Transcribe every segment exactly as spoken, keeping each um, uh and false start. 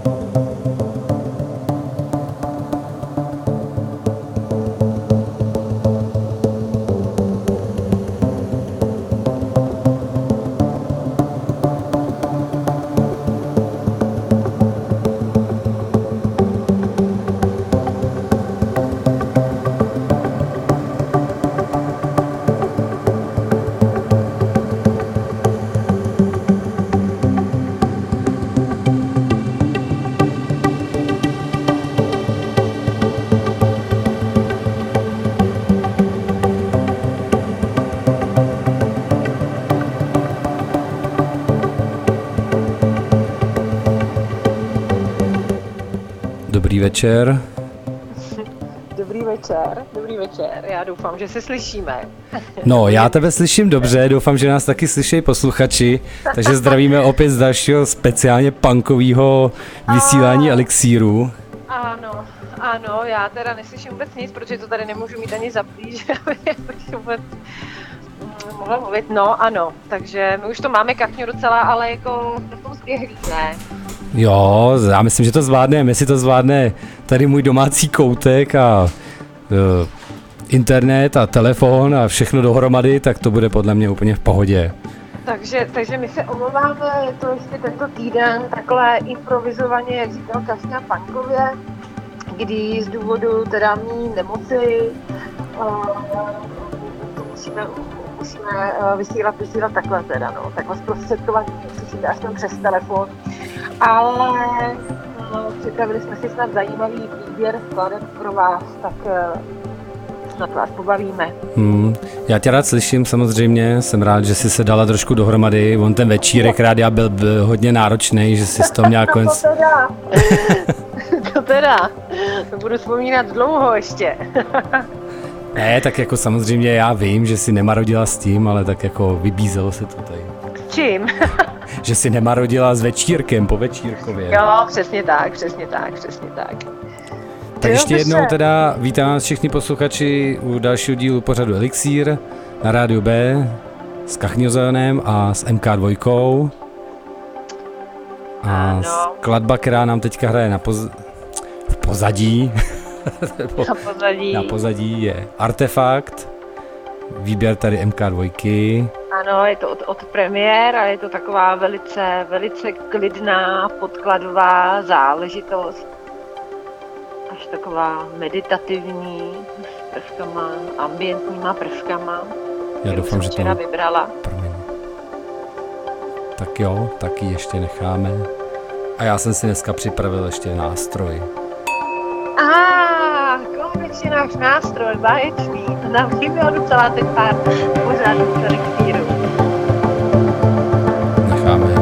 Dobrý večer. Dobrý večer, dobrý večer. Já doufám, že se slyšíme. No, já tebe slyším dobře, doufám, že nás taky slyší posluchači, takže zdravíme opět z dalšího speciálně punkového vysílání Elixíru. Ano, ano, já teda neslyším vůbec nic, protože to tady nemůžu mít ani zaplít, abych vůbec mohla mluvit. No, ano, takže my už to máme kachňu docela, ale jako v tom spěhlí, ne? Jo, já myslím, že to zvládneme, jestli to zvládne tady můj domácí koutek a uh, internet a telefon a všechno dohromady, tak to bude podle mě úplně v pohodě. Takže, takže my se omlouváme, je to ještě tento týden takhle improvizovaně, jak říkal Kašňa, punkově, kdy z důvodu teda mý nemoci uh, to musíme, musíme uh, vysílat, vysílat takhle teda, no, takhle zprostředkovat, slyšíte aspoň přes telefon. Ale no, připravili jsme si snad zajímavý výběr skladeb pro vás, tak snad vás pobavíme. Hmm, já tě rád slyším samozřejmě, jsem rád, že jsi se dala trošku dohromady, on ten večírek rádia byl, byl hodně náročný, že jsi z toho měla konec... to teda, to teda, to budu vzpomínat dlouho ještě. Ne, tak jako samozřejmě já vím, že jsi nemarodila s tím, ale tak jako vybízelo se to tady. S čím? Že si nemarodila s večírkem, po večírkově. Jo, přesně tak, přesně tak, přesně tak. Tak jo, ještě jednou teda vítám vás všichni posluchači u dalšího dílu pořadu Elixír na rádiu B s Kachňozanem a s em ká dva. A ano. Skladba, která nám teďka hraje na poz... v pozadí, na pozadí. na pozadí je Artefakt, výběr tady em ká dva. Ano, je to od, od premiér a je to taková velice, velice klidná podkladová záležitost. Až taková meditativní s prvkama, ambientníma prvkama. Já doufám, že to vybrala. Promiň. Tak jo, taky ještě necháme. A já jsem si dneska připravil ještě nástroj. A konečně náš nástroj, báječný. To nám chybělo docela teď pár pořádů z Elixíru. Necháme.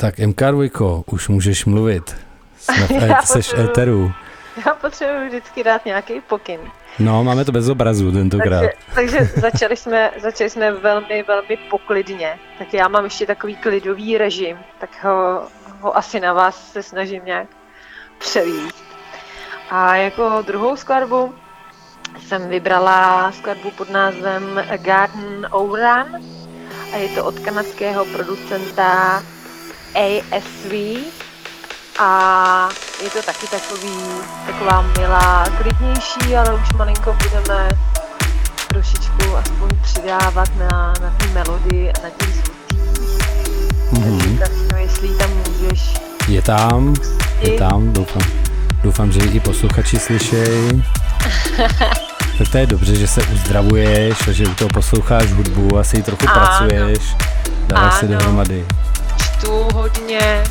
Tak M K dva, už můžeš mluvit. Jsme v e- seš v éteru. Já potřebuji vždycky dát nějaký pokyn. No, máme to bez obrazu tentokrát. Takže, takže začali, jsme, začali jsme velmi, velmi poklidně. Tak já mám ještě takový klidový režim, tak ho, ho asi na vás se snažím nějak převíst. A jako druhou skladbu jsem vybrala skladbu pod názvem Garden Ouran a je to od kanadského producenta A S V a je to taky takový, taková milá, klidnější, ale už malinko budeme trošičku aspoň přidávat na, na té melodii a na těch zvukích. Mm-hmm. Takže jestli tam můžeš... Je tam, je tam, doufám. Doufám, že i posluchači slyšejí. Tak to je dobře, že se uzdravuješ a že u toho posloucháš hudbu a si ji trochu ano. pracuješ. Dáváš se dohromady. Čtu hodně.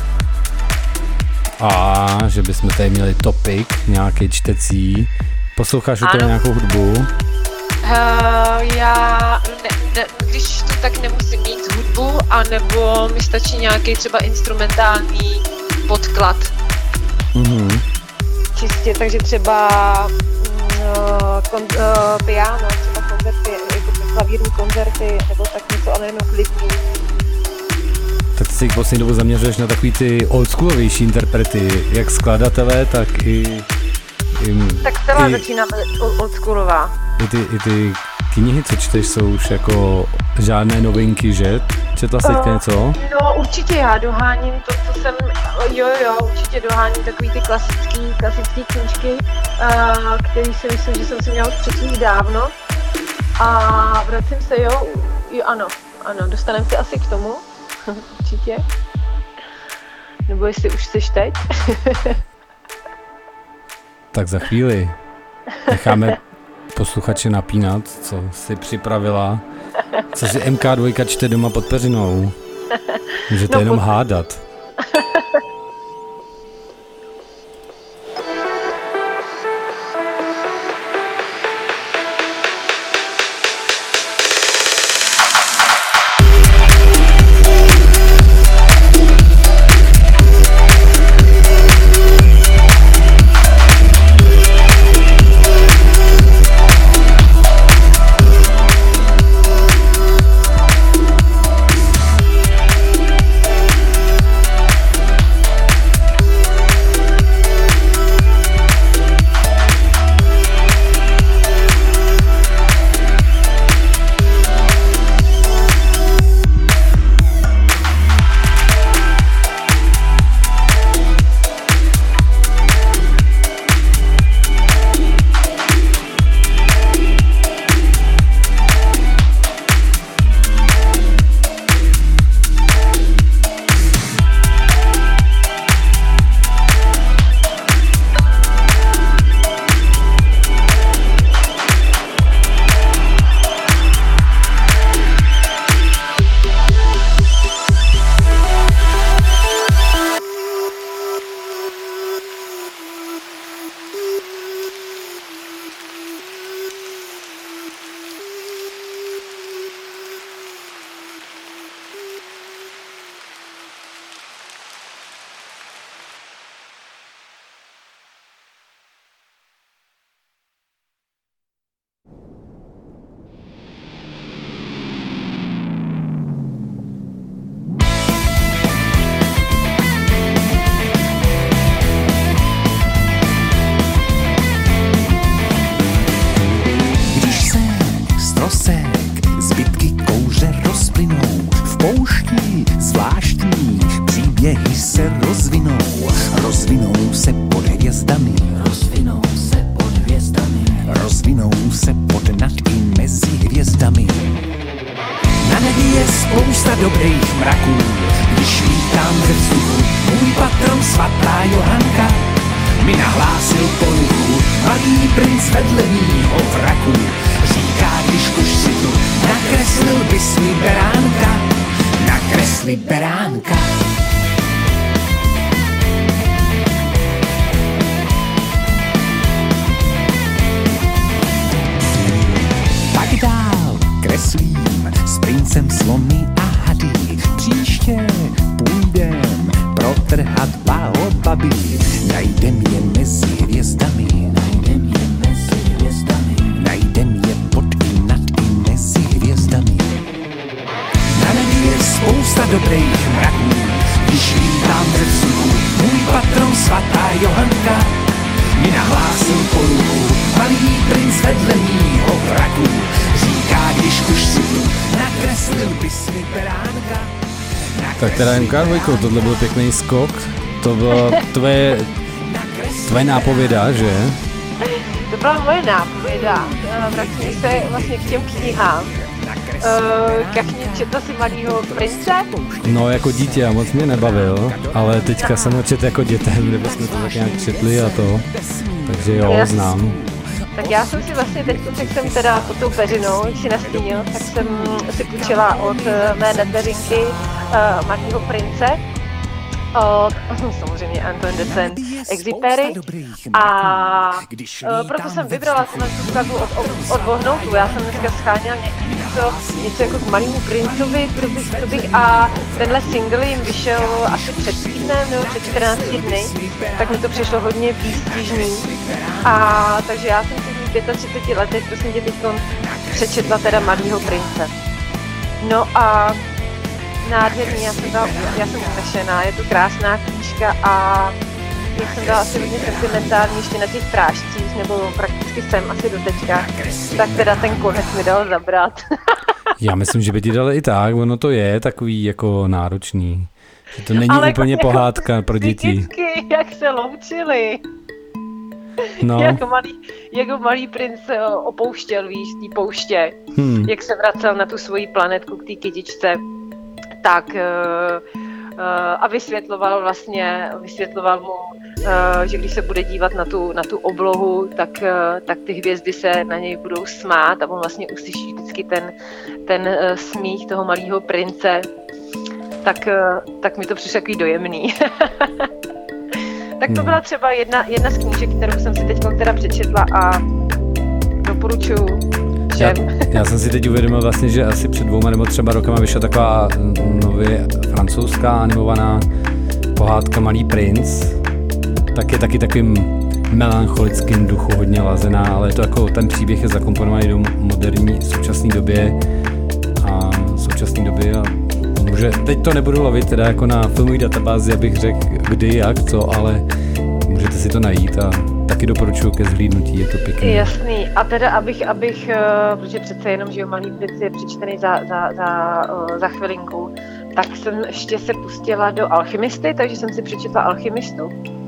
A že bychom tady měli topik, nějaký čtecí. Posloucháš u toho nějakou hudbu? Uh, já, ne, ne, když to tak nemusím mít hudbu, anebo mi stačí nějaký třeba instrumentální podklad. Mhm. Čistě, takže třeba uh, kon, uh, piano, třeba koncerty, jako klavírní koncerty, nebo tak něco, ale jenom klidný. Tak ty se v poslední dobu zaměřuješ na takový ty oldschoolovější interprety, jak skladatele, tak i... i tak celá i, začínáme oldschoolová. I ty, I ty knihy, co čteš, jsou už jako žádné novinky, že? Četla jsi teďka něco? No určitě já doháním to, co jsem, jo jo, určitě doháním takový ty klasický, klasický knížky, uh, který si myslím, že jsem si měla už přečíst dávno. A vracím se, jo, jo ano, ano, dostaneme se asi k tomu, určitě. Nebo jestli už jsi teď. Tak za chvíli necháme posluchače napínat, co si připravila, co si M K dva čte doma pod peřinou. Můžete no, jenom pod... hádat. Kreslím s princem slony a hady. Příště půjdem Tak teda em ká dva, tohle byl pěkný skok. To bylo tvoje, tvoje nápověda, že? To byla moje nápověda. Vracím se vlastně k těm knihám. Kachně, četla si Malýho prince? No, jako dítě a moc mě nebavil, ale teďka jsem ho četl jako dětem, nebo jsme to tak nějak četli a to. Takže jo, znám. Tak já jsem si vlastně teď, jak jsem teda pod tou peřinou, jak si nastínil, tak jsem si půjčila od mé neteřinky uh, Malýho prince, od samozřejmě Antoine de Saint-Exupéry a uh, proto jsem vybrala tu skladbu od, od, od Vohnoutu. Já jsem dneska scháněla něco, něco jako k Malému princovi, kdo bych, kdo bych, a tenhle single jim vyšel asi před týdnem nebo před čtrnácti dny, tak mi to přišlo hodně výstižný. A takže já jsem si v třiceti pěti letech, prosím tě, teď přečetla teda Malýho prince. No a nádherný, já jsem dala, já jsem unešená, je to krásná knížka a já jsem dala asi hodně sentimentální ještě na těch prášcích, nebo prakticky jsem asi do teďka, tak teda ten konec mi dal zabrat. Já myslím, že by ti dali i tak, ono to je takový jako náročný, že to není ale úplně jako pohádka jako pro děti. Vždycky, jak se loučili. No. Jako, malý, jako malý princ opouštěl, víš, z té pouště, hmm. jak se vracel na tu svoji planetku k té kytičce. Tak uh, uh, a vysvětloval vlastně, vysvětloval mu, uh, že když se bude dívat na tu, na tu oblohu, tak, uh, tak ty hvězdy se na něj budou smát a on vlastně uslyší vždycky ten, ten uh, smích toho malého prince. Tak, uh, tak mi to přišlo takový dojemný. Tak to byla třeba jedna, jedna z knížek, kterou jsem si teď teda přečetla a doporučuju. Já, já jsem si teď uvědomil vlastně, že asi před dvouma nebo třeba rokama vyšla taková nově francouzská animovaná pohádka Malý princ. Tak je taky takovým melancholickým duchu hodně lazená, ale je to jako ten příběh je zakomponovaný do moderní současné době a současné doby a může, teď to nebudu lovit teda jako na filmový databázi, abych řekl kdy, jak, co, ale můžete si to najít a taky doporučuji ke zhlídnutí, je to pěkný. Jasný, a teda abych, abych, uh, protože přece jenom, že jo, Malý princ je přečtený za, za, za, uh, za chvilinku, tak jsem ještě se pustila do Alchymisty, takže jsem si přečetla Alchymistu.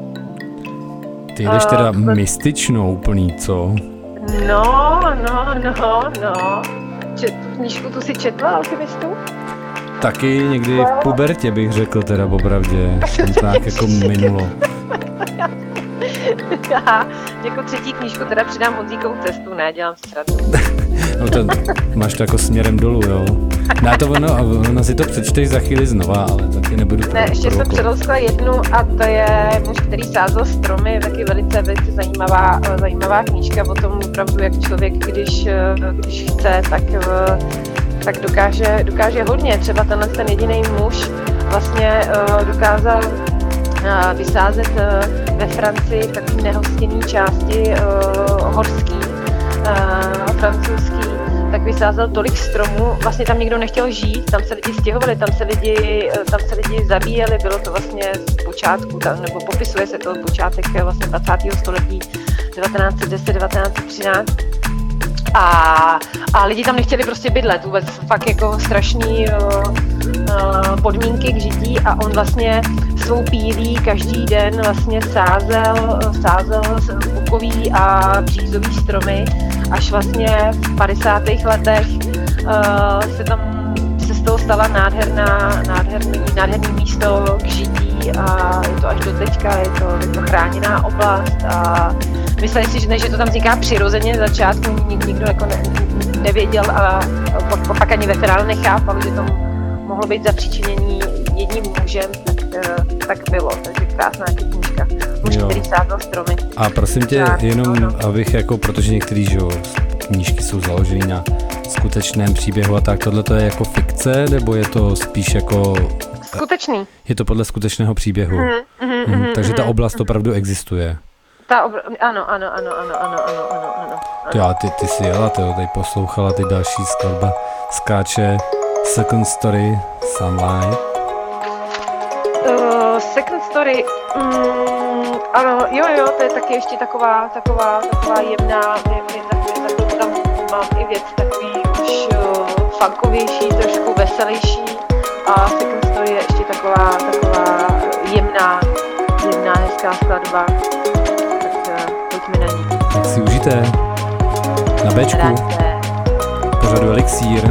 Ty jdeš uh, teda mystičnou úplný, co? No, no, no, no. Čet, knížku tu si četla, Alchymistu? Taky někdy v pubertě bych řekl teda popravdě, jsem tak jako minulo. Já jako třetí knížku teda přidám Honzíkovu cestu, ne, dělám si srandu. No to máš to jako směrem dolů, jo. Ne, to ono, ono si to přečteš za chvíli znova, ale taky nebudu Ne, ještě jsem přeloskla jednu a to je muž, který sázel stromy, taky velice, velice zajímavá, zajímavá knížka o tom opravdu, jak člověk, když, když chce, tak, tak dokáže, dokáže hodně. Třeba tenhle ten jediný muž vlastně dokázal vysázet ve Francii v takové nehostinné části uh, horský, uh, francouzský, tak vysázel tolik stromů, vlastně tam nikdo nechtěl žít, tam se lidi stěhovali, tam se lidi, tam se lidi zabíjeli, bylo to vlastně z počátku, tam, nebo popisuje se to počátek vlastně dvacátého století, devatenáct set deset, devatenáct set třináct. A, a lidi tam nechtěli prostě bydlet, vůbec fakt jako strašný uh, uh, podmínky k žití a on vlastně svou pílí každý den vlastně sázel, sázel bukový a břízový stromy, až vlastně v padesátých letech uh, se tam se z toho stala nádherná, nádherný, nádherný místo k žití a je to až do teďka, je to, je to chráněná oblast a myslím si, že, ne, že to tam vzniká přirozeně, začátku nikdo jako ne, nevěděl a pak, pak ani veterán nechápal, že to mohlo být zapříčinění jedním mužem, tak, tak bylo, takže krásná knížka. Muž, který sázel stromy. A prosím tě, tak, jenom no, no. abych jako, protože některý, že jo, knížky jsou založený na skutečném příběhu a tak, tohle to je jako fikce, nebo je to spíš jako... Skutečný. Je to podle skutečného příběhu. Mm, mm, mm, mm, takže ta oblast opravdu existuje. Ta obr... Ano, ano, ano, ano, ano, ano, ano, ano. To já, ty, ty jsi jela, ty tady poslouchala, ty další skladba skáče Second Story, Sunlight. Uh, second Story, mm, ano, jo, jo, to je taky ještě taková, taková, taková jemná, jemná, jemná, tam mám i věc takový už uh, funkovější, trošku veselější a Second Story je ještě taková, taková jemná, jemná, hezká skladba, tak uh, pojďme na ní. Tak si užijte na Bčku, pořadu Elixír.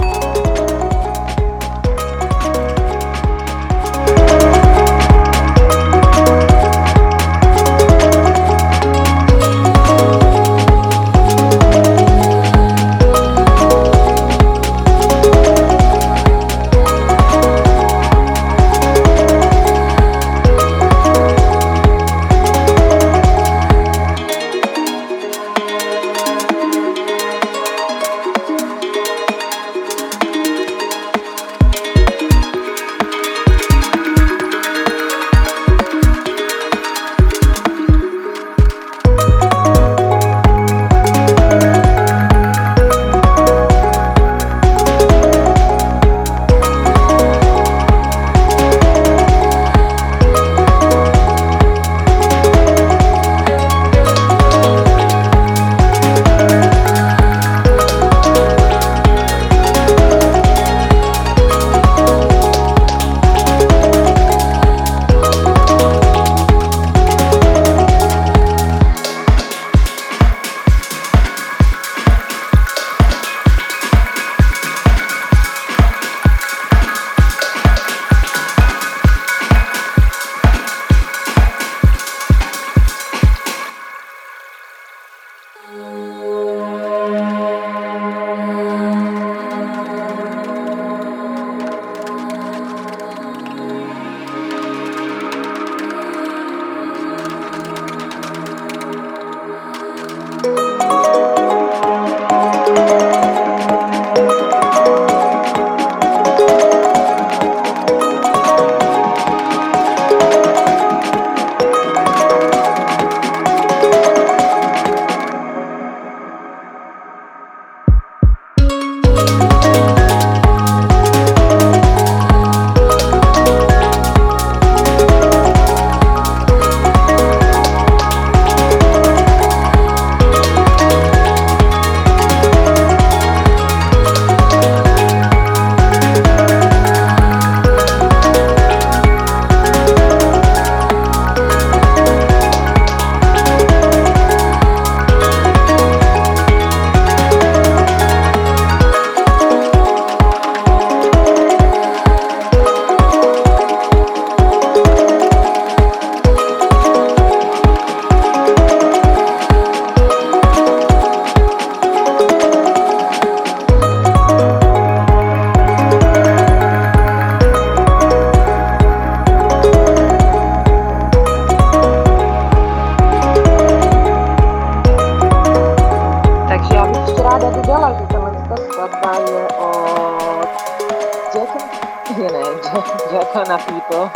Jacka Napito.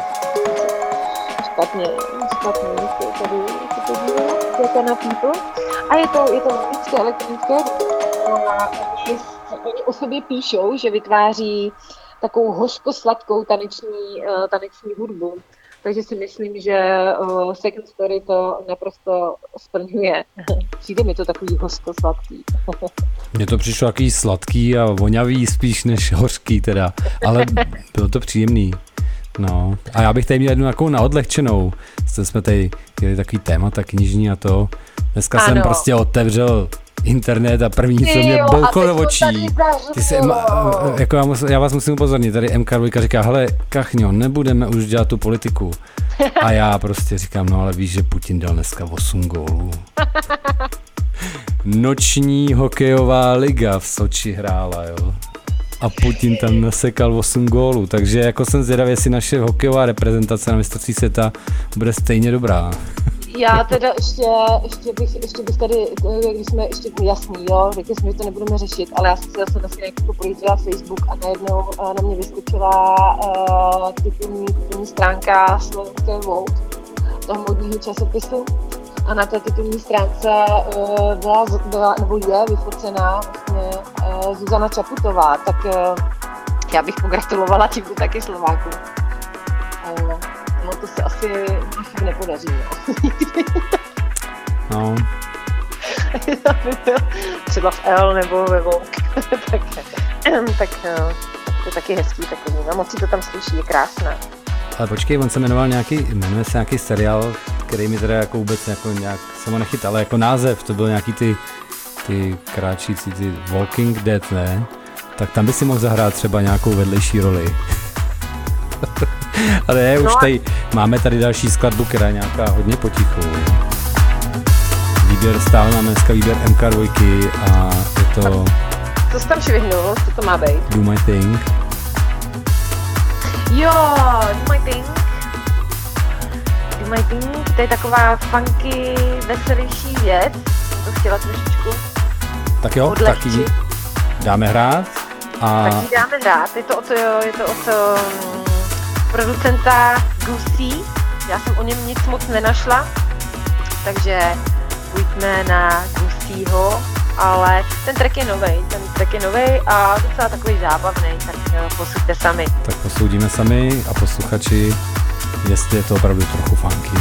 Špatně, špatně, tady se podívám, Jacka Napito. A je to, je to novické elektronické, oni, oni o sobě píšou, že vytváří takovou hořko-sladkou taneční, uh, taneční hudbu. Takže si myslím, že uh, Second Story to naprosto splňuje. Přijde mi to takový hořko-sladký. Mně to přišlo takový sladký a voňavý spíš než hořký teda, ale bylo to příjemný. No, a já bych tady měl jednu takovou na odlehčenou. Jsme tady měli takový témata knižní a to. Dneska ano. Jsem prostě otevřel internet a první, co mě bouchlo do očí. Ty se, jako já, mus, já vás musím upozornit, tady M K dva říká, hele Kachňo, nebudeme už dělat tu politiku. A já prostě říkám, no ale víš, že Putin dal dneska osm gólů. Noční hokejová liga v Soči hrála, jo. A Putin tam nasekal osm gólů, takže jako jsem zvědavý, jestli naše hokejová reprezentace na mistrovství světa bude stejně dobrá. Já teda ještě, ještě bych, ještě bych tady, když jsme ještě jasný, jo, řekli jsme, že to nebudeme řešit, ale já jsem si zase dneska jako projížděla Facebook a najednou na mě vyskočila uh, titulní, titulní stránka slovenské Volt, toho modního časopisu. A na té titulní stránce uh, byla, byla, nebo je vyfocená vlastně uh, Zuzana Čaputová, tak uh, já bych pogratulovala tímto taky Slovákům. Uh, no to se asi nepodaří. No. aby byl třeba v L nebo ve Vogue. tak, tak to je taky hezký takový, no moc si to tam slyší, je krásné. Ale počkej, on se jmenoval nějaký, jmenuje se nějaký seriál, který mi teda jako vůbec jako nějak se mu nechytal, ale jako název, to byl nějaký ty, ty kráčící, ty Walking Dead, ne? Tak tam by si mohl zahrát třeba nějakou vedlejší roli. Ale je, už tady, máme tady další skladbu, která je nějaká hodně potichu. Výběr, stále máme dneska výběr M K dva a je to... Co jsi tam švihnul? Co to má být? Do My Thing. Jo, Do My Thing. Do My Thing, to je taková funky, veselější věc. Jsem to chtěla trošičku Tak jo, odlehčit. tak ji dáme hrát. A... Tak ji dáme hrát. Je to o to, je to o to um, producenta Goosey. Já jsem o něm nic moc nenašla, takže pojďme na Gooseyho, ale ten track je novej, ten track je novej a docela takový zábavný, tak posuďte sami. Tak posoudíme sami a posluchači, jestli je to opravdu trochu funky.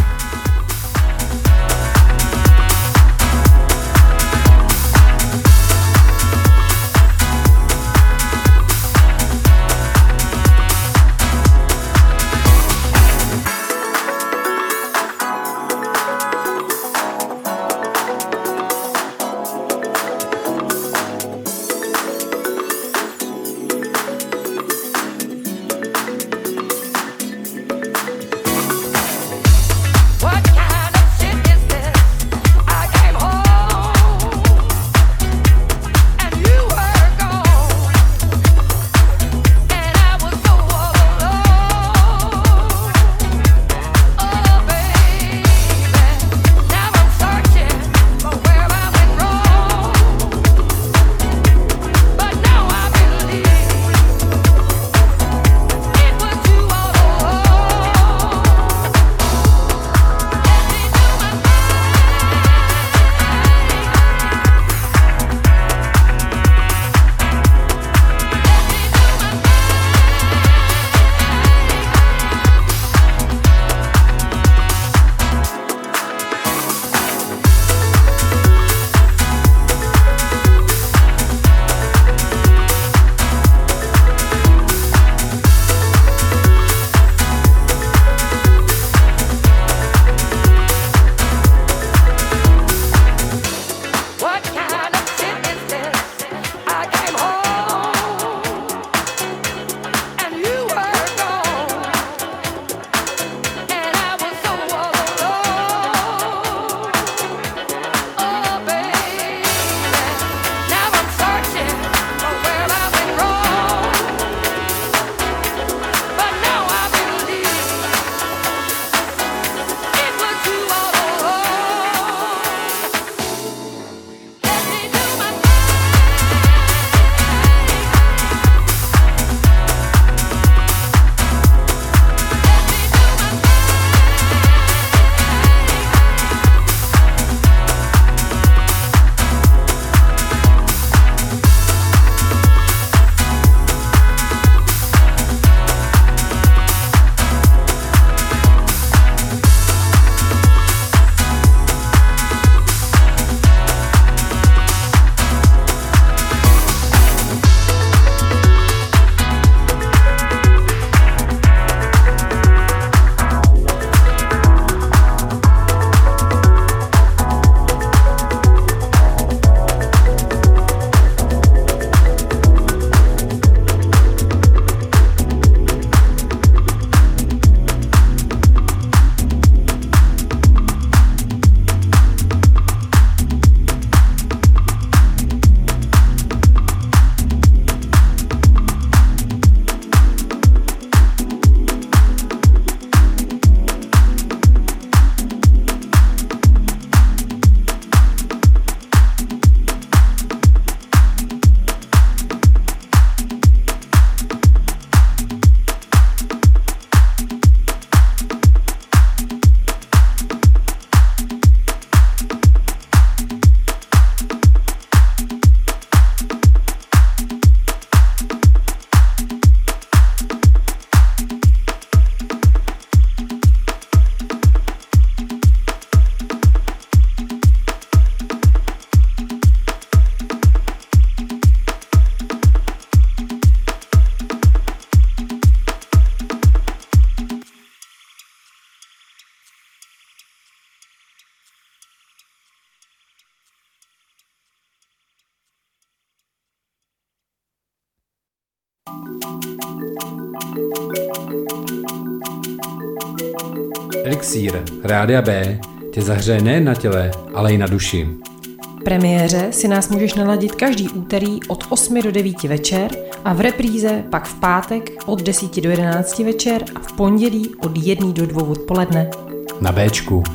Elixír Rádia B tě zahřeje nejen na těle, ale i na duši. V premiéře si nás můžeš naladit každý úterý od osmi do devíti večer a v repríze pak v pátek od deseti do jedenácti večer a v pondělí od jedné do dvou odpoledne. Na Béčku.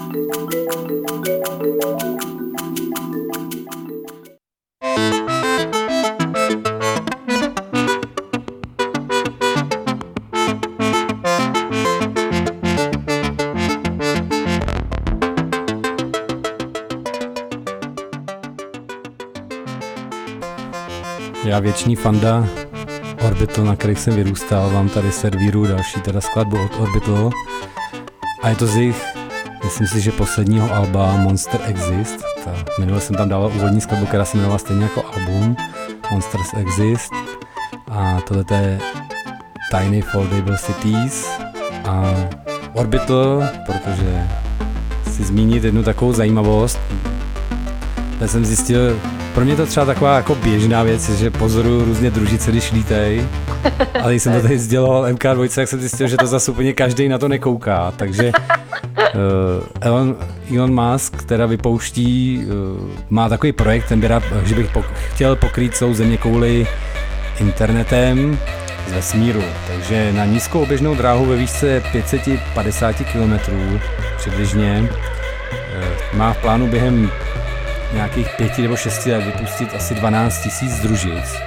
Já věčný fanda Orbital, na kterých jsem vyrůstal, vám tady servíru další teda skladbu od Orbital. A je to z jejich, myslím si, že posledního alba Monster Exist. Ta, minule jsem tam dával úvodní skladbu, která se jmenovala stejně jako album Monsters Exist. A tohle je Tiny Foldable Cities. A Orbital, protože chci zmínit jednu takovou zajímavost. Já jsem zjistil, pro mě to třeba taková jako běžná věc, že pozoruju různě družice, když lítej. Ale když jsem to tady sděloval em ká dva, tak jsem zjistil, že to zase úplně každý na to nekouká. Takže uh, Elon, Elon Musk teda vypouští, uh, má takový projekt, ten by rád, že bych pok- chtěl pokrýt celou zeměkouli internetem z vesmíru. Takže na nízkou oběžnou dráhu ve výšce pět set padesát kilometrů přibližně uh, má v plánu během nějakých pěti nebo šesti let vypustit asi dvanáct tisíc družic.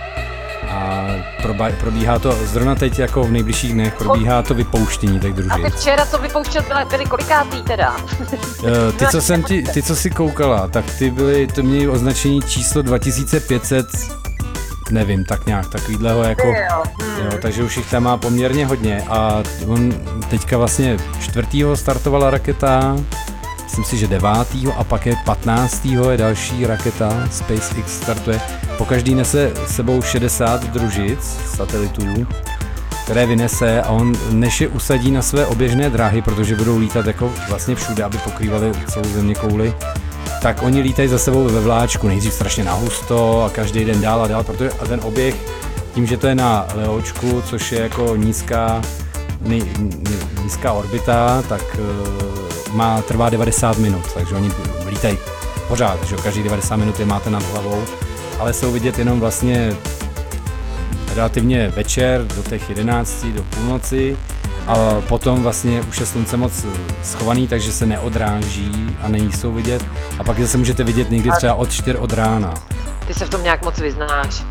A proba- probíhá to, zrovna teď jako v nejbližších dnech, probíhá to vypouštění těch družic. A ty včera to vypouštěl byly kolikátý teda? ty, co jsem ti, ty, co jsi koukala, tak ty byly, to měly označení číslo dva tisíce pět set, nevím, tak nějak, takovýhleho jako, jo. jo, takže už jich tam má poměrně hodně a on teďka vlastně čtvrtýho startovala raketa, myslím si, že devátýho a pak je patnáctýho je další raketa, SpaceX startuje. Pokaždý nese sebou šedesát družic satelitů, které vynese a on než je usadí na své oběžné dráhy, protože budou lítat jako vlastně všude, aby pokrývali celou zeměkouli, tak oni lítají za sebou ve vláčku, nejdřív strašně nahusto a každý den dál a dál, protože a ten oběh, tím, že to je na LEOčku, což je jako nízká, ní, nízká orbita, tak má, trvá devadesát minut, takže oni lítají pořád, že každý devadesát minut je máte nad hlavou, ale jsou vidět jenom vlastně relativně večer do těch jedenácti, do půlnoci a potom vlastně už je slunce moc schovaný, takže se neodráží a nejsou vidět a pak zase můžete vidět někdy třeba od čtyř od rána. Ty se v tom nějak moc vyznáš.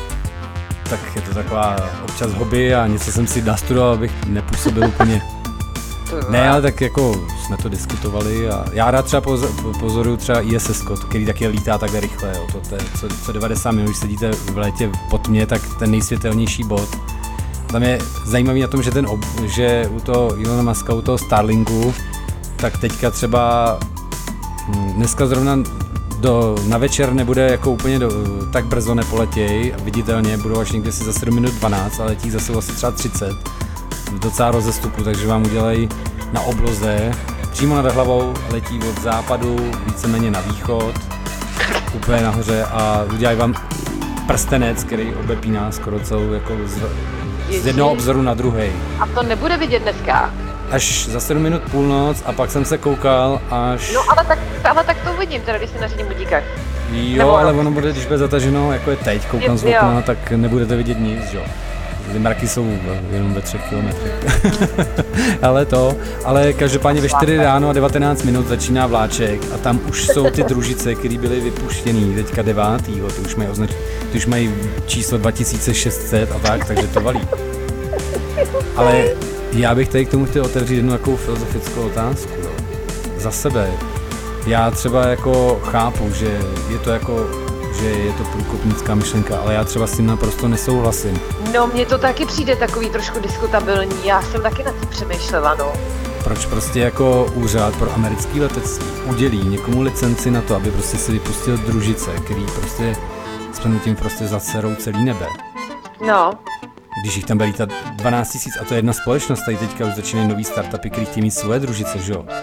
Tak je to taková občas hobby a něco jsem si nastudoval, abych nepůsobil úplně. Ne, ale tak jako jsme to diskutovali a já rád třeba pozoruju třeba I S S, který taky lítá takhle rychle, jo. To, to je, co, co devadesát minut, když sedíte v létě pod mě, tak ten nejsvětelnější bod. Tam je zajímavý na tom, že, ten ob, že u toho Elona Muska, u toho Starlinku, tak teďka třeba dneska zrovna do, na večer nebude jako úplně do, tak brzo nepoletěj, viditelně budou až někdy si za sedm minut dvanáct, ale letí zase asi třeba třicet. Docela rozestupu, takže vám udělají na obloze, přímo nad hlavou letí od západu, víceméně na východ, úplně nahoře a udělají vám prstenec, který obepíná skoro celou jako z, z jednoho obzoru na druhý. A to nebude vidět dneska? Až za sedm minut půlnoc a pak jsem se koukal až... No ale tak, ale tak to uvidím, teda když si nařídím budíkách. Jo, Nebo... ale ono bude, když bude zataženo, jako je teď, koukám z okna, tak nebudete vidět nic, jo. Ty mraky jsou jenom ve třech kilometrech. ale to, ale každopádně ve čtyři ráno a devatenáct minut začíná vláček a tam už jsou ty družice, které byly vypuštěný teďka devátýho, ty už mají označ... ty už mají číslo dva tisíce šest set a tak, takže to valí. Ale já bych tady k tomu chtěl otevřít jednu takovou filozofickou otázku. Jo. Za sebe. Já třeba jako chápu, že je to jako že je to průkopnická myšlenka, ale já třeba s tím naprosto nesouhlasím. No, mně to taky přijde takový trošku diskutabilní, já jsem taky nad tím přemýšlela, no. Proč prostě jako úřad pro americký letectví udělí někomu licenci na to, aby prostě si vypustil družice, který prostě s tím prostě zaserou celý nebe. No. Když jich tam bude lítat dvanáct tisíc a to je jedna společnost, tady teďka už začínají nový startupy, který chtějí mít svoje družice, že jo?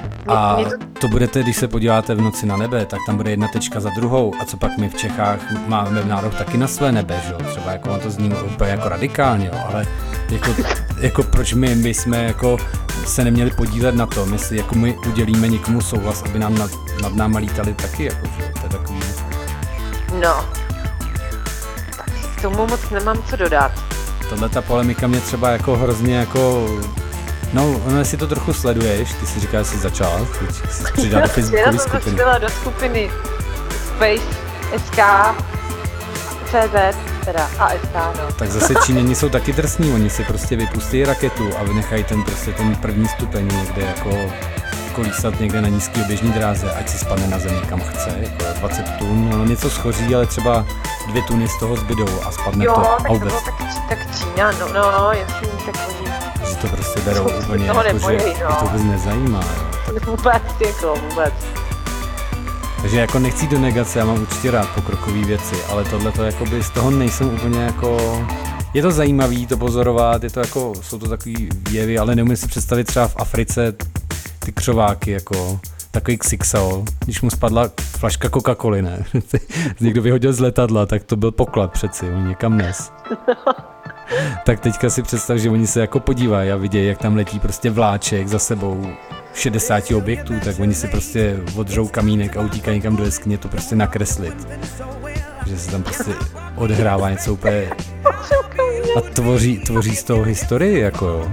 A to budete, když se podíváte v noci na nebe, tak tam bude jedna tečka za druhou. A co pak my v Čechách máme nárok taky na své nebe, že jo? Třeba jako on to zní úplně jako radikálně, jo? Ale jako, jako proč my, my jsme jako se neměli podílet na tom, jestli jako my udělíme někomu souhlas, aby nám nad, nad náma lítali taky, jako, že? To je takový... No, tak k tomu moc nemám co dodat. Tohle ta polemika mě třeba jako hrozně jako... No, ono, jestli to trochu sleduješ, ty si říkáš, že jsi začal, teď jsi přidal do facebookové skupiny. Já jsem do skupiny Space S K C Z, teda A S K, no. Tak zase Číňani jsou taky drsní, oni si prostě vypustí raketu a vynechají ten prostě ten první stupeň někde jako kolísat někde na nízký oběžní dráze, ať si spadne na zemi kam chce, jako dvacet tun, no něco schoří, ale třeba dvě tuny z toho zbydou a spadne jo, to tak a vůbec. Jo, tak, tak Čína, no, no, jasný, tak oni... Že to prostě berou úplně, jako, nebojí, že no. je to vůbec nezajímá. Jo. Vůbec, jako vůbec. Takže jako nechci do negace, já mám určitě rád pokrokový věci, ale tohle to jakoby z toho nejsem úplně jako... Je to zajímavý to pozorovat, je to jako, jsou to takový věvy, ale neumím si představit třeba v Africe ty křováky jako takový ksixol, když mu spadla flaška Coca-Coly, ne? Někdo vyhodil z letadla, tak to byl poklad přeci, on někam nes. Tak teďka si představ, že oni se jako podívají a vidějí, jak tam letí prostě vláček za sebou šedesát objektů, tak oni si prostě odřou kamínek a utíkají někam do jeskyně to prostě nakreslit. Že se tam prostě odehrává něco úplně... A tvoří, tvoří z toho historii, jako jo.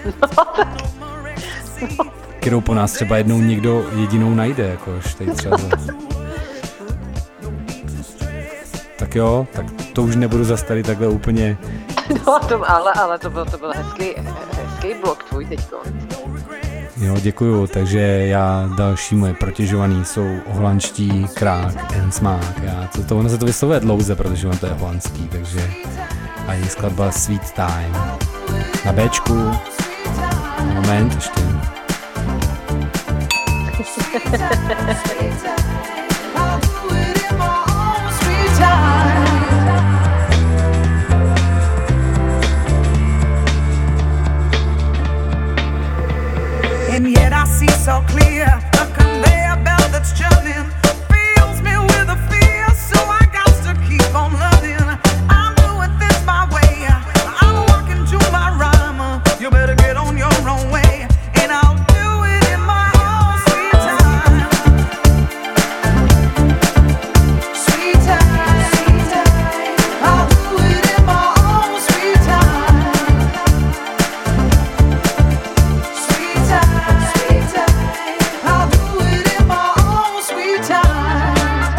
Kterou po nás třeba jednou někdo jedinou najde, jako tady třeba za... Tak jo, tak to už nebudu zas tady takhle úplně... No to, ale, ale to byl, to byl hezký, hezký blok tvůj teďko. Jo, děkuju, takže já další moje protěžovaný jsou holandští Krák and Smák. Já, to, to, ono se to vyslovuje dlouze, protože ono to je holandský, takže a je skladba Sweet Time. Na Bčku. Moment, ještě. And yet I see so clear a conveyor belt that's churning fills me with a fear, so I got to keep on loving. I'm doing this my way. I'm walking to my rhyme. You better get on your own way, and I'll do it in my own sweet time. Sweet time, sweet time. I'll do it in my own sweet time. Sweet time. Sweet time, I'll do it in my own sweet time.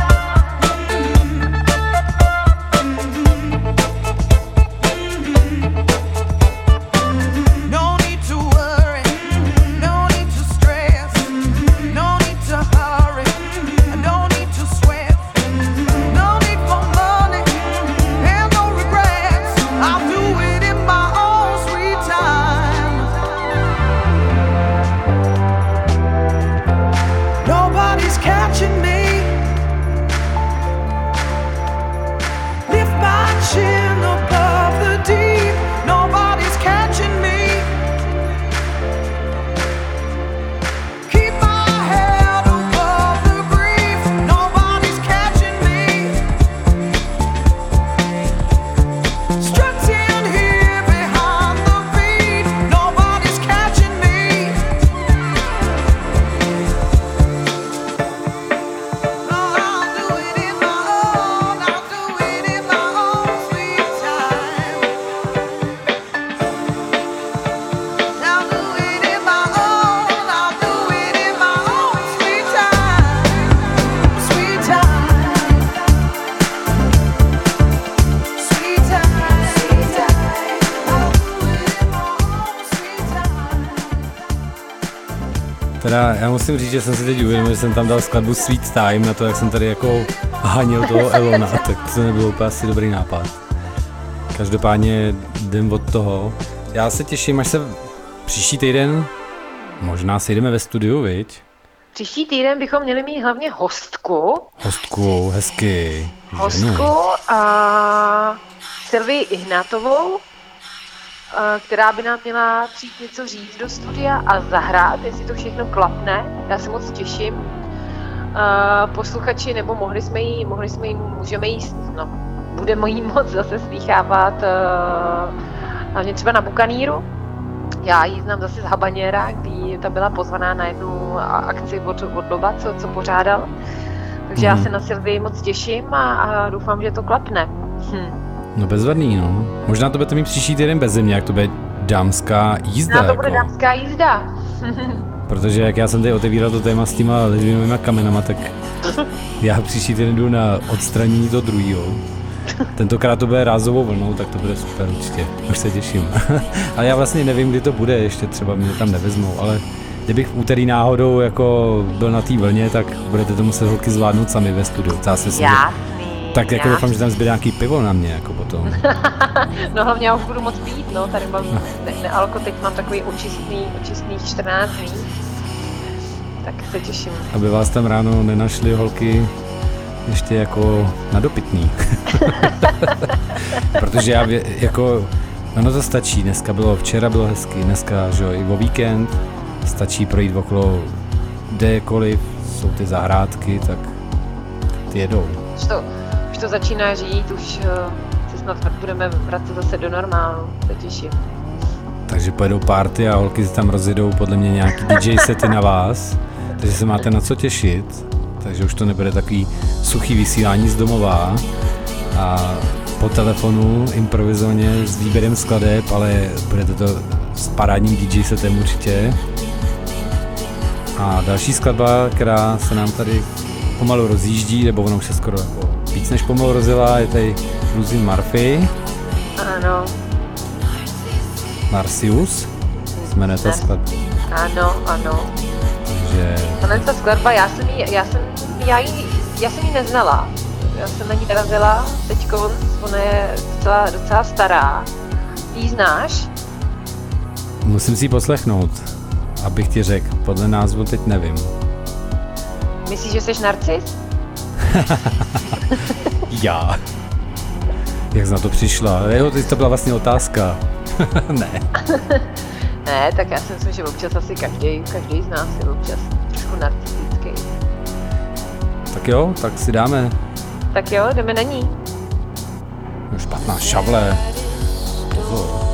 No need to worry, no need to stress, no need to hurry, no need to sweat, no need for money and no regrets. I'll do it in my own sweet time. Nobody's catching me. Lift my chin above the deep. Nobody's catching me. Keep my head above the grief. Nobody's catching me. Strutting here behind the beat. Nobody's catching me. I'll do it in my own, I'll do it in my own sweet time. I'll do it in my own, I'll do it in my own sweet time. Sweet time. Sweet time. Sweet time. I'll do it in my own sweet time. Teda já musím říct, že jsem si teď uvědomil, že jsem tam dal skladbu Sweet Time na to, jak jsem tady jako hanil toho Elona, tak to nebylo úplně asi dobrý nápad. Každopádně jdem od toho. Já se těším, až se příští týden možná sejdeme ve studiu, viď? Příští týden bychom měli mít hlavně hostku. Hostku, hezky. Hostku a Sylvii Ihnátovou. která by nám měla přijít něco říct do studia a zahrát, jestli to všechno klapne. Já se moc těším. Posluchači, nebo mohli jsme jí, mohli jsme jí, můžeme jí, no, budeme jí moc zase slýchávat, hlavně třeba na Bukaníru. Já ji znám zase z Habaněra, kdy ta byla pozvaná na jednu akci od, od Loba, co, co pořádal. Takže mm. já se na Sylvii moc těším a, a doufám, že to klapne. Hm. No bezvadný, no. Možná to budete mít příští týden bez země, jak to bude dámská jízda. No to jako. bude dámská jízda. Protože jak já jsem tady otevíral to téma s těma lidvinovýma kamenama, tak já příští týden jdu na odstranění toho druhýho. Tentokrát to bude rázovou vlnou, tak to bude super určitě. Už se těším. Ale já vlastně nevím, kdy to bude, ještě třeba mě tam nevezmou, ale kdybych v úterý náhodou jako byl na té vlně, tak budete to muset holky zvládnout sami ve studiu. Já si myslím, tak jako doufám, že tam zbyde nějaký pivo na mě, jako potom. No hlavně já už budu moc pít, no, tady mám ne, nealko, teď mám takový očistný, očistný čtrnáct dní. Tak se těším. Aby vás tam ráno nenašly holky ještě jako na dopitný. Protože já vě, jako, ono to stačí, dneska bylo, včera bylo hezky, dneska, že jo, i o víkend, stačí projít okolo kdekoliv, jsou ty zahrádky, tak ty jedou. Už to, už to začíná žít, už uh, se snad budeme vracet zase do normálu, se těším. Takže pojedou party a holky se tam rozjedou podle mě nějaký dý džej sety na vás, takže se máte na co těšit, takže už to nebude takový suchý vysílání z domova a po telefonu improvizovaně s výběrem skladeb, ale bude to s parádním dý džej setem určitě. A další skladba, která se nám tady pomalu rozjíždí, nebo ona už se skoro jako víc než pomalu rozjela, je tady Roisin Murphy. Ano. Marcius, jmenuje ta skladba. Ano, ano. Takže... Tahle ta skladba, já jsem ji, já jsem, já ji, já jsem ji neznala. Já jsem na ní narazila teďko, ona je docela, docela stará. Ty ji znáš? Musím si ji poslechnout, abych ti řekl, podle názvu teď nevím. Myslíš, že jsi narcis? Já. Jak jsi na to přišla? Jo, to byla vlastně otázka. Ne. Ne, tak já si myslím, že občas asi každý, každý z nás je občas trošku narcistický. Tak jo, tak si dáme. Tak jo, jdeme na ní. Špatná šavle. Pozor.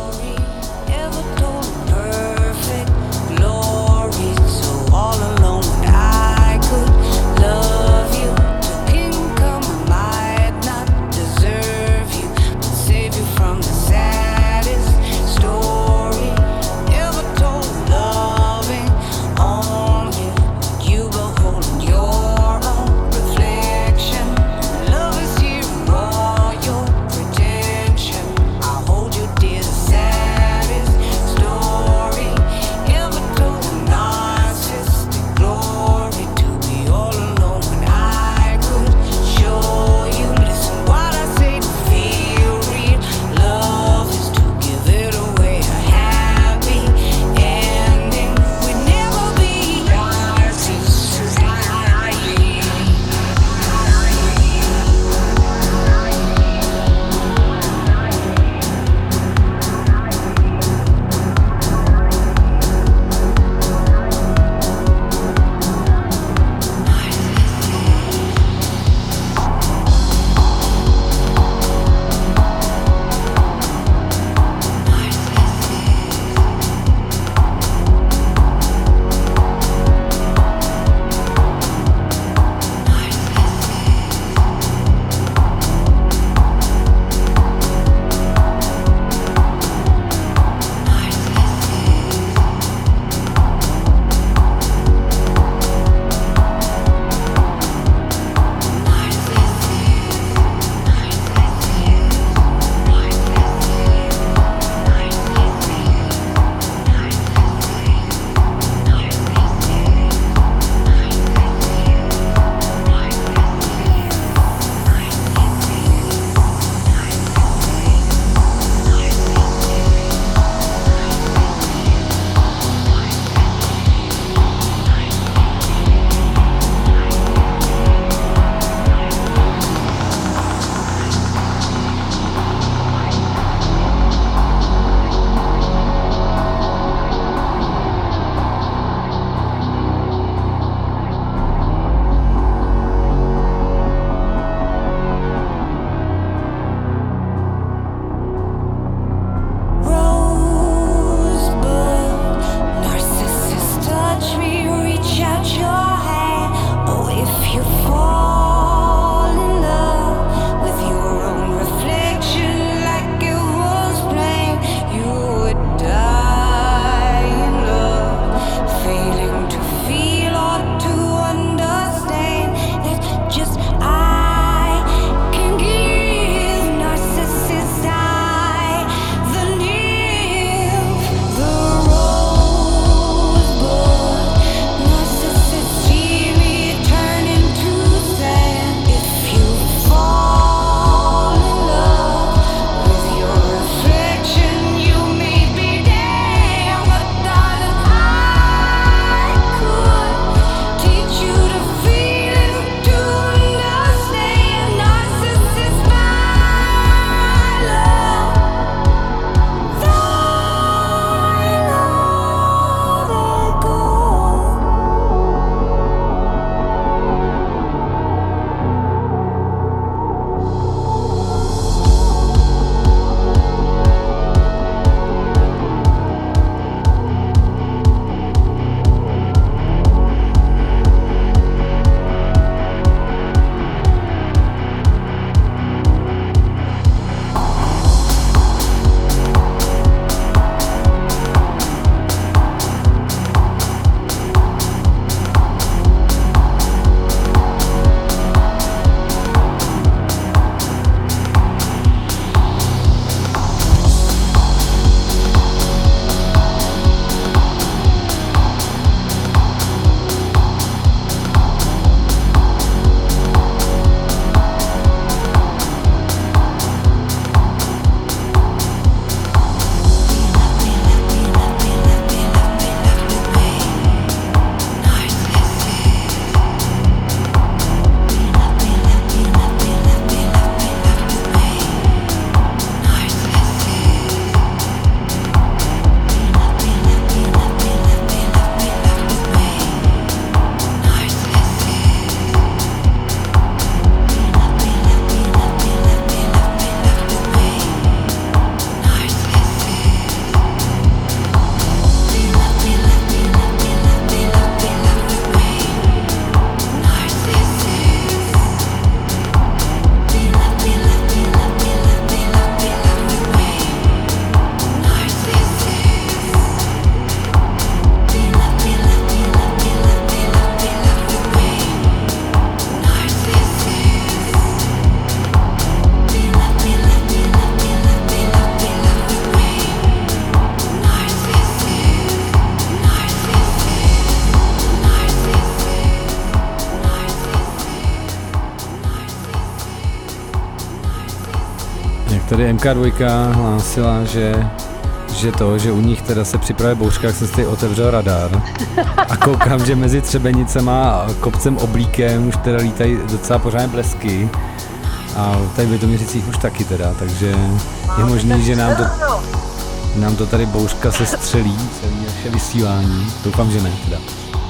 tady M K dva hlásila, že, že to, že u nich teda se připravuje bouřka, jak jsem si tady otevřel radar a koukám, že mezi Třebenicema a kopcem Oblíkem už teda lítají docela pořádně blesky a tady v Litoměřicích už taky teda, takže je možný, že nám to, nám to tady bouřka se střelí, celý naše vysílání, doufám, že ne teda.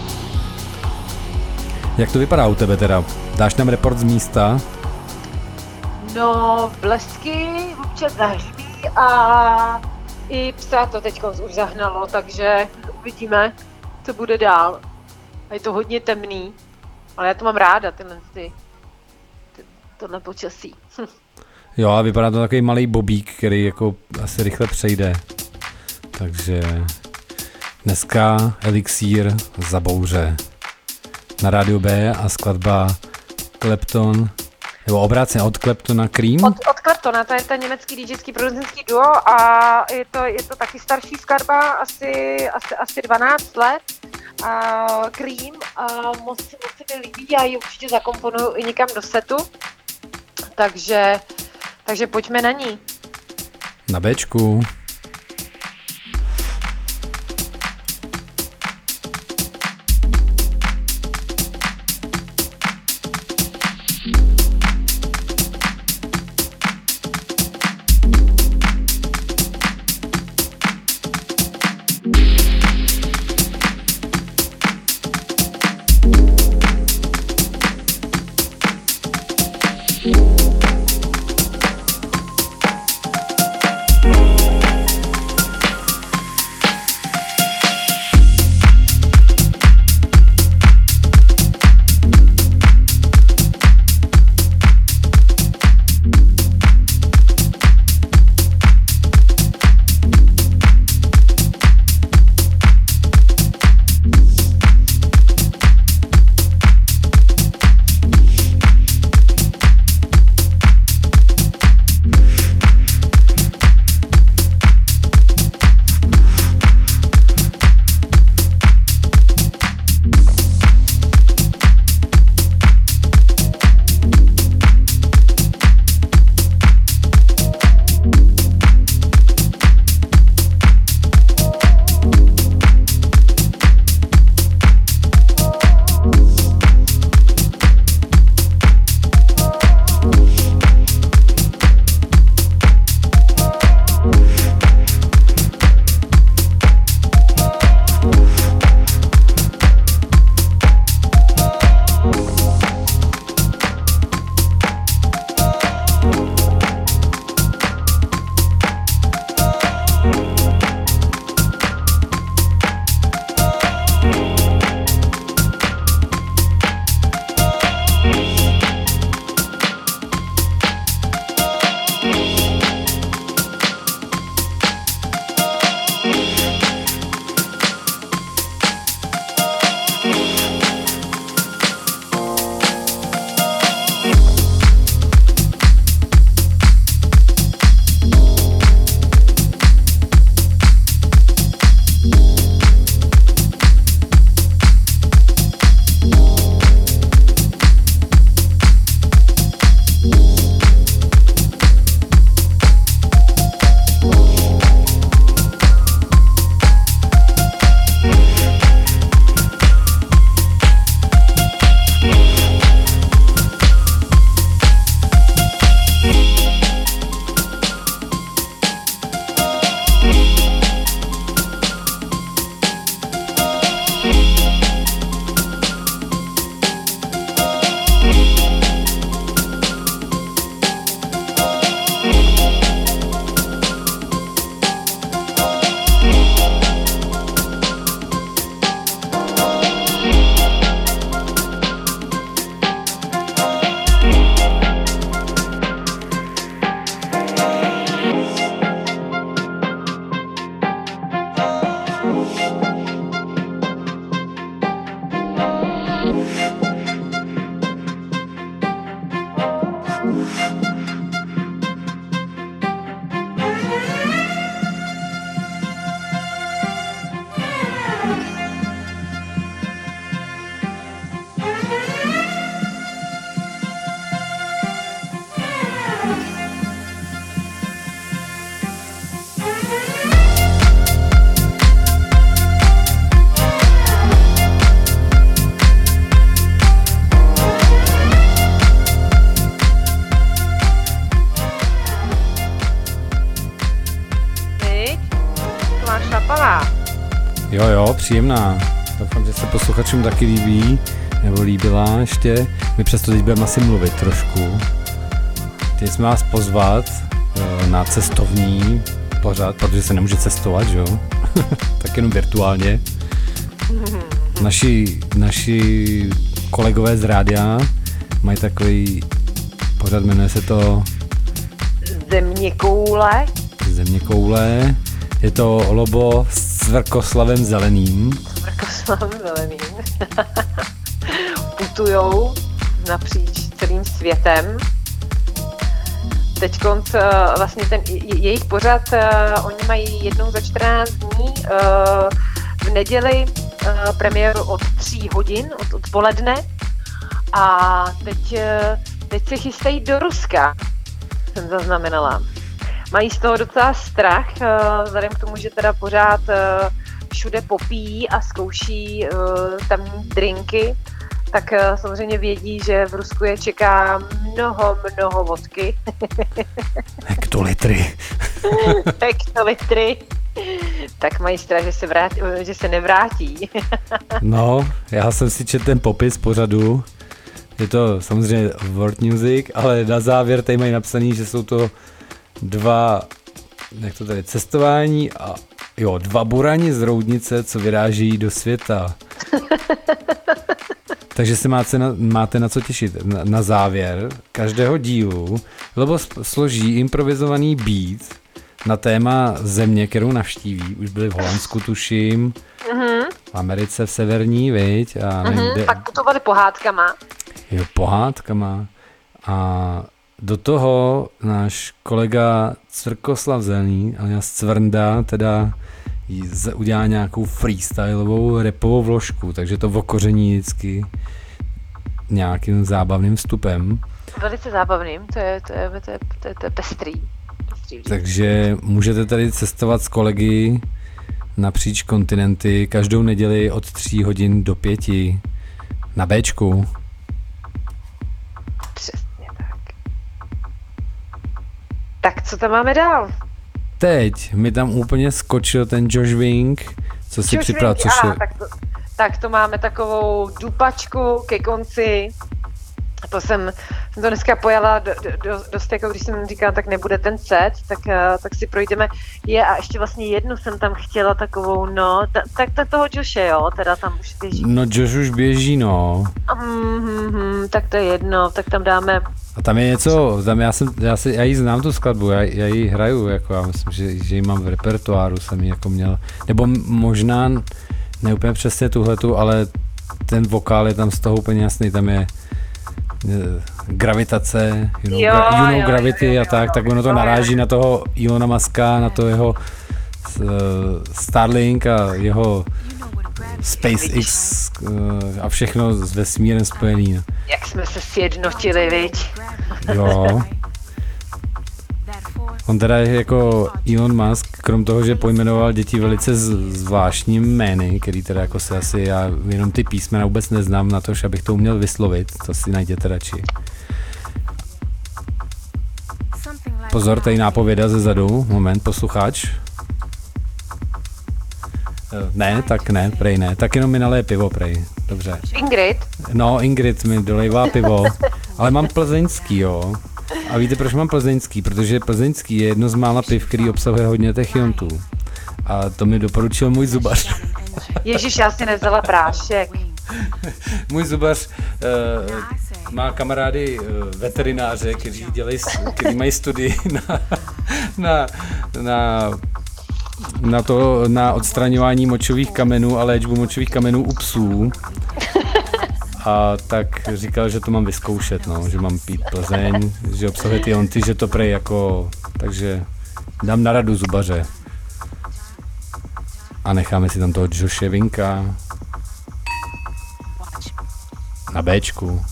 Jak to vypadá u tebe teda? Dáš nám report z místa? No, blesky občas zahřbí a i psa to teď už zahnalo, takže uvidíme, co bude dál. A je to hodně temný, ale já to mám ráda, tyhle ty, ty, tohle počasí. Jo, a vypadá to takový malý bobík, který jako asi rychle přejde. Takže dneska Elixír za bouře. Na rádiu B a skladba Clapton, nebo obráceně od Claptona Cream? Od, od Claptona, to je ten německý DJský producentský duo a je to, je to taky starší skladba, asi, asi, asi dvanáct let. A Cream a moc, moc se mi líbí, já ji určitě zakomponuju i někam do setu, takže, takže pojďme na ní. Na Bčku. Jo, jo, příjemná. Doufám, že se posluchačům taky líbí, nebo líbila ještě. My přesto teď budeme asi mluvit trošku. Teď jsme vás pozvat na cestovní pořad, protože se nemůže cestovat, že jo? Tak jenom virtuálně. Naši, naši kolegové z rádia mají takový pořad, jmenuje se to Zeměkoule. Zeměkoule. Je to olobo s Cvrkoslavem Zeleným. Cvrkoslavem Zeleným. Putujou napříč celým světem. Teďkonc vlastně ten jejich pořad, oni mají jednou za čtrnáct dní v neděli premiéru od tří hodin, od odpoledne. A teď, teď se chystají do Ruska, jsem zaznamenala. Mají z toho docela strach, vzhledem k tomu, že teda pořád všude popíjí a zkouší tamní drinky, tak samozřejmě vědí, že v Rusku je čeká mnoho, mnoho vodky. Hektolitry. Hektolitry. Tak mají strach, že se, vrátí, že se nevrátí. No, já jsem si četl ten popis pořadu. Je to samozřejmě world music, ale na závěr tady mají napsaný, že jsou to dva, jak to tady, cestování a jo, dva burani z Roudnice, co vyráží do světa. Takže se máte na, máte na co těšit. Na, na závěr každého dílu Lobo složí improvizovaný beat na téma země, kterou navštíví. Už byli v Holandsku, tuším, mm-hmm. v Americe, v severní, viď? A mm-hmm, kde... Pak putovali pohádkama. Jo, pohádkama. A do toho náš kolega Cvrkoslav Zelený, alias Cvrnda, teda udělá nějakou freestylovou rapovou vložku, takže to okoření vždycky nějakým zábavným vstupem. Velice zábavným, to je, to je, to je, to je, to je pestrý. pestrý. Takže můžete tady cestovat s kolegy napříč kontinenty každou neděli od tří hodin do pěti na Béčku. Přesně tak. Tak co tam máme dál? Teď mi tam úplně skočil ten Josh Wink, co si připravil, což je... Tak to, tak to máme takovou dupačku ke konci. To jsem, jsem to dneska pojala do, do, dost, jako když jsem říkala, tak nebude ten set, tak, tak si projdeme. Je a ještě vlastně jednu jsem tam chtěla takovou, no, ta, tak ta toho Joshe, jo, teda tam už běží. No Josh už běží, no. Mm-hmm, tak to je jedno, tak tam dáme. A tam je něco, tam já jsem, já, si, já jí znám tu skladbu, já, já ji hraju, jako já myslím, že, že ji mám v repertoáru, jsem ji jako měl, nebo možná, ne úplně přesně tuhletu, ale ten vokál je tam z toho úplně jasný, tam je gravitace, you know, jo, gra, you know jo, gravity jo, jo, a tak, jo, tak ono to jo, naráží jo. na toho Ilona Muska, na to jeho uh, Starlink a jeho SpaceX uh, a všechno s vesmírem spojený. No. Jak jsme se sjednotili, viď? Jo. On teda je jako Elon Musk, krom toho, že pojmenoval děti velice zvláštním jmény, který teda jako se asi, já jenom ty písmena vůbec neznám na to, abych to uměl vyslovit, to si najděte radši. Pozor, tady nápověda ze zadu, moment, posluchač. Ne, tak ne, prej ne, tak jenom mi naleje pivo, prej, dobře. Ingrid? No, Ingrid mi dolejvá pivo, ale mám plzeňský, jo. A víte, proč mám plzeňský? Protože plzeňský je jedno z mála piv, který obsahuje hodně techiontů. A to mi doporučil můj zubař. Ježíš, já si nevzala prášek. Můj zubař uh, má kamarády uh, veterináře, kteří dělají, kteří mají studii na, na, na, na, to, na odstraňování močových kamenů a léčbu močových kamenů u psů. A tak říkal, že to mám vyzkoušet, no, že mám pít Plzeň, že obsahuje ty onty, že to prej jako, takže dám na radu zubaře. A necháme si tam toho Joshe Winka na Béčku.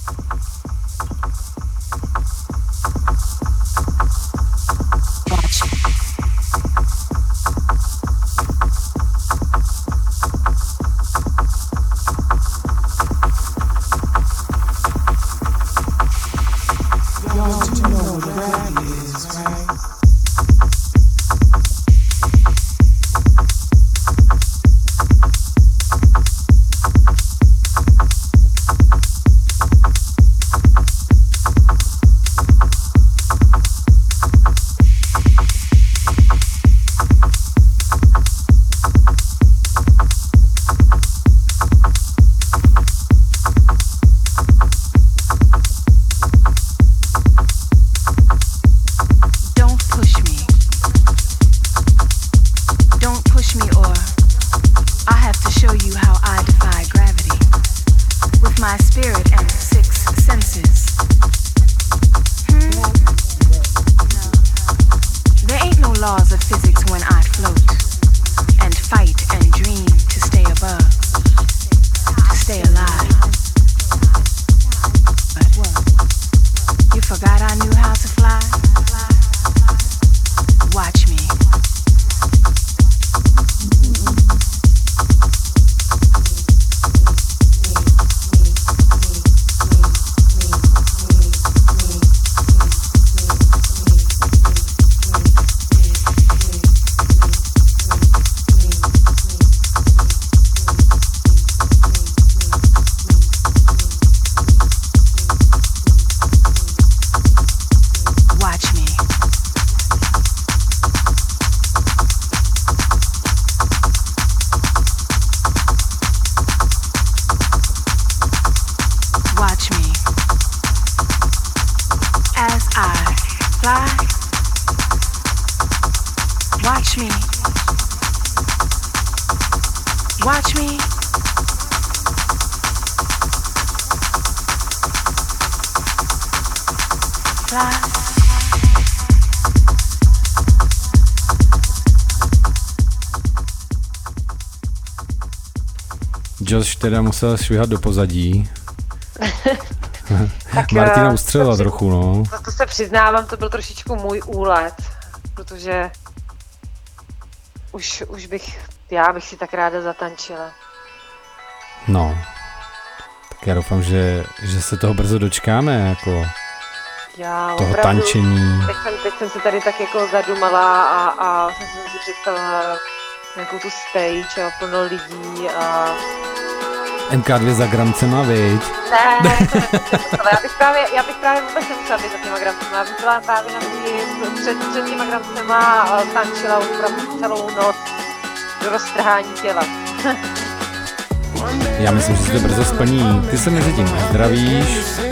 Forgot I knew how to fly. Watch me. Josh teda musel švihat do pozadí. Martina ustřelila to, trochu, no. To, to se přiznávám, to byl trošičku můj úlet, protože už, už bych, já bych si tak ráda zatančila. No, tak já doufám, že, že se toho brzo dočkáme, jako já, toho opravdu, tančení. Teď jsem, teď jsem se tady tak jako zadumala a, a jsem si představila nějakou tu stage a plno lidí a... M K dva za gramcema, viď? Ne, to já bych právě, já bych právě vůbec nemusela být za těma gramcema, já bych byla právě na mě před, před těma gramcema a tančila opravdu celou noc do roztrhání těla. Já myslím, že se to brzo splní. Ty se mezi tím zdravíš,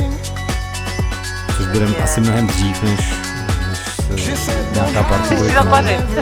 což budeme asi mnohem dřív, než, než se nějaká party bude konat.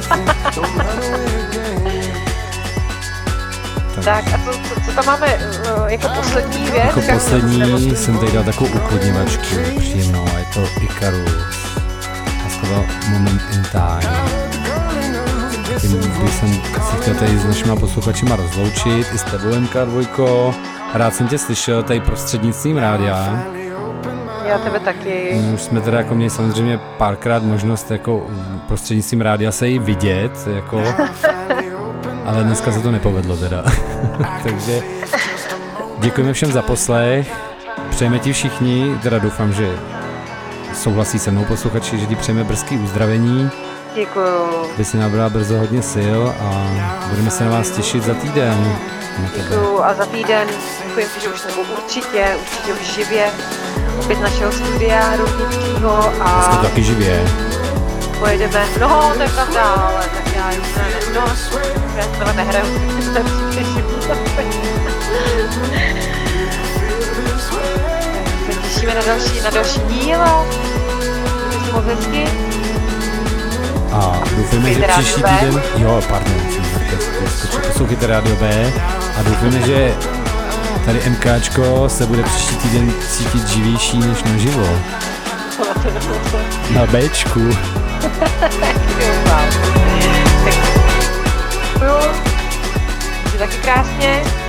Tak a co, co, co tam máme jako poslední věc? Jako poslední jsem tady dal takovou uklidňovačku příjemnou a je to Icarus. A skoro Moment in Time. Tím bych jsem se chtěl tady s našima posluchačima rozloučit, i s tebou M K dva. Rád jsem tě slyšel tady prostřednictvím rádia. Já tebe taky. Už jsme teda jako měli samozřejmě párkrát možnost jako prostřednictvím rádia se jí vidět, jako... Ale dneska se to nepovedlo teda. Takže děkujeme všem za poslech. Přejeme ti všichni, teda doufám, že souhlasí se mnou posluchači, že ti přejeme brzký uzdravení. Děkuju. Aby si nabrala brzo hodně sil a budeme se na vás těšit za týden. Děkuju a za týden děkuji si, že už nebo určitě, určitě už živě opět našeho studia Roudnickýho a... Dneska taky živě. Pojedeme, no to je pravda, ale tak já už ne, no, já tohle nehraju, to je příště se těšíme na další, na další díl a mějte si moc hezky. A doufáme, že příští týden, jo, pardon, poslouchejte Rádio B a doufáme, že tady MKčko se bude příští týden cítit živější než naživo. Na Bčku. Děkuju. Taky krásně.